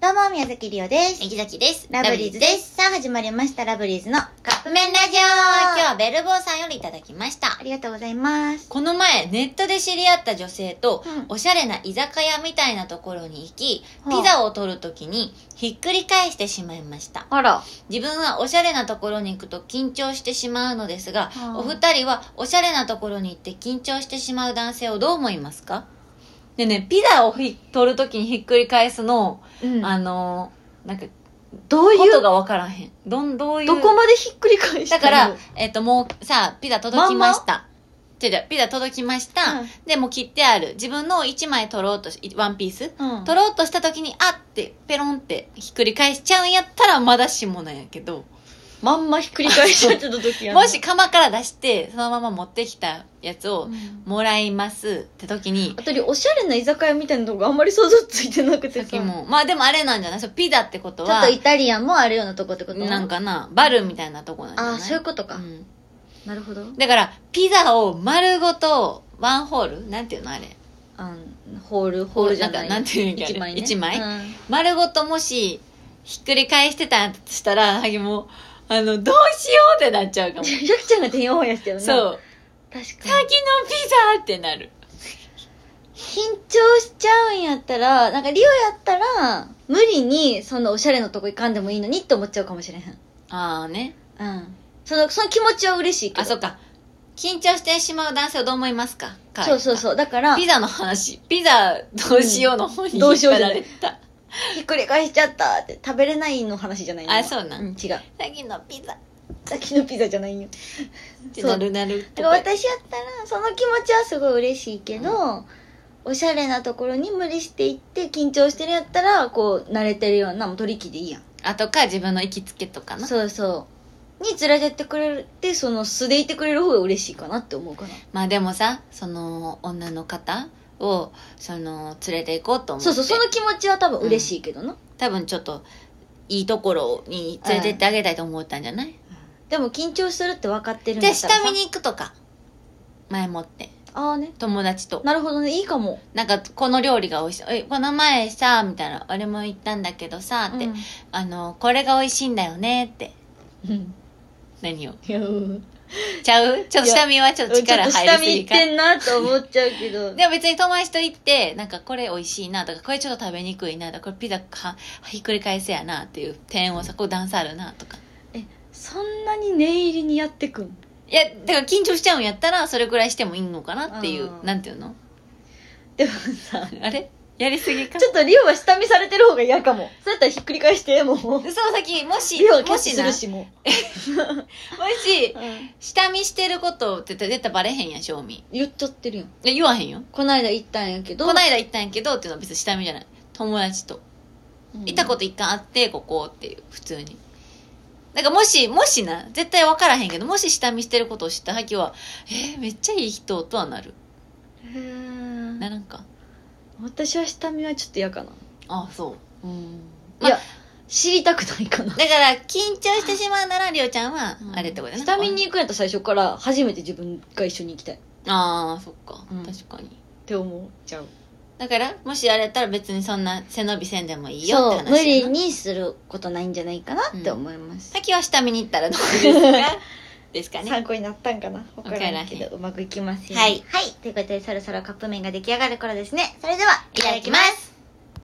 どうも、宮崎りおです。 池崎です。 ラブリーズです。さあ、始まりました、ラブリーズのカップ麺ラジオ。今日はベルボーさんよりいただきました。 ありがとうございます。 この前、ネットで知り合った女性と、 うんおしゃれな居酒屋みたいなところに行き、ピザを取るときにひっくり返してしまいました。 あら。 自分はおしゃれなところに行くと緊張してしまうのですが、 はあお二人はおしゃれなところに行って緊張してしまう男性をどう思いますか？でね、ピザを取るときにひっくり返すの、なんか、 どういうことがわからへん。どういう。 どこまでひっくり返しただの？ から、もうさ、ピザ届きました。ピザ届きました。 うんで、もう切ってある。自分の1枚取ろうとワンピース、 うん取ろうとした時に、あって、ペロンってひっくり返しちゃうんやったらまだしもなんやけど、 まんまひっくり返しちゃってた時やん。 もし釜から出して、そのまま持ってきたやつをうんもらいますって時に、 あとりおしゃれな居酒屋みたいなとこあんまり想像ついてなくてさ。 さっきも、まあでもあれなんじゃない？そうピザってことはちょっと、イタリアンもあるようなとこってこと？ なんかな、バルみたいなとこなんじゃない？ あ、そういうことか。 うんなるほど。 だから、ピザを丸ごと、ワンホールなんていうのあれ。 ホールじゃない。 なんていうんや一枚ね。 一枚うん丸ごともし、ひっくり返してたとしたら、もう、どうしようってなっちゃうかも。 ゆきちゃんが電話をやしたよね。 そう。 確先のかに。 ピザってなる。 緊張しちゃうんやったら、なんかリオやったら、無理にそのおしゃれなとこ行かんでもいいのにって思っちゃうかもしれへん。 ああね。 うん。その気持ちは嬉しいけど。 あ、そっか。緊張してしまう男性をどう思いますか？ そうそうそう。だから、 ピザの話。ピザどうしようの方にどうしよう引っじゃない張られた。 ひっくり返しちゃったって食べれないの話じゃないの。 あそうなん違う。 先のピザ。 さっきのピザじゃないよ。 ってなるなる。 だから私やったら、その気持ちはすごい嬉しいけど、おしゃれなところに無理して行って緊張してるやったら、こう、慣れてるような、もう取り木でいいやん。 あとか自分の行きつけとかな。 そうそうに連れてってくれて、その素でいてくれる方が嬉しいかなって思うかな。 まあでもさ、その女の方を連れて行こうと思って、 そうそう、その気持ちは多分嬉しいけどな、 多分ちょっといいところに連れてってあげたいと思ったんじゃない？ でも緊張するって分かってるんだでったらさ。 下見に行くとか前もってああね、 友達となるほどね、いいかも。 なんかこの料理が美味しい、この前さみたいな、あれも言ったんだけどさって、これが美味しいんだよねって。 うん何をいやちゃう？ちょっと下見はちょっと力入りすぎか。 ちょっと下見行ってんなと思っちゃうけど。 でも別に友達と行って、なんかこれ美味しいなとか、これちょっと食べにくいなとか、これピザひっくり返せやなっていう点をさ、こう段差あるなとか。 そんなに念入りにやってくん？ いや、だから緊張しちゃうんやったら、それくらいしてもいいのかなっていう、 うんなんていうの？ でもさ、 あれやりすぎか？ ちょっとリオは下見されてる方が嫌かも。そうやったらひっくり返してもう。 その先、もし、 リオはキャッチもしな、もするしもし、 う、 下見してることって絶対バレへんやん、正味。 言っちゃってるやん。 いや、言わへんよ。 こないだ行ったんやけど。 こないだ行ったんやけどっていうのは別に下見じゃない。友達と。行ったこと一回あって、ここっていう、普通に。なんかもしな、絶対分からへんけど、もし下見してることを知ったはきは、めっちゃいい人とはなる。 へーならんか。 私は下見はちょっと嫌かな。 あ、そう。 いや、知りたくないかな。 だから、緊張してしまうなら、りょうちゃんは、あれってことやな。 下見に行くんやったら最初から初めて自分が一緒に行きたいっああ、そっか。 うん確かに。 て思っちゃう。 だから、もしあれやったら別にそんな背伸びせんでもいいよって話そう、無理やな。 にすることないんじゃないかなって思います。 さっきは下見に行ったらどうですか？ですかね。 参考になったんかなわからんけど、うまくいきますように。 はい。 はい。ということで、そろそろカップ麺が出来上がる頃ですね。それでは、いただきます。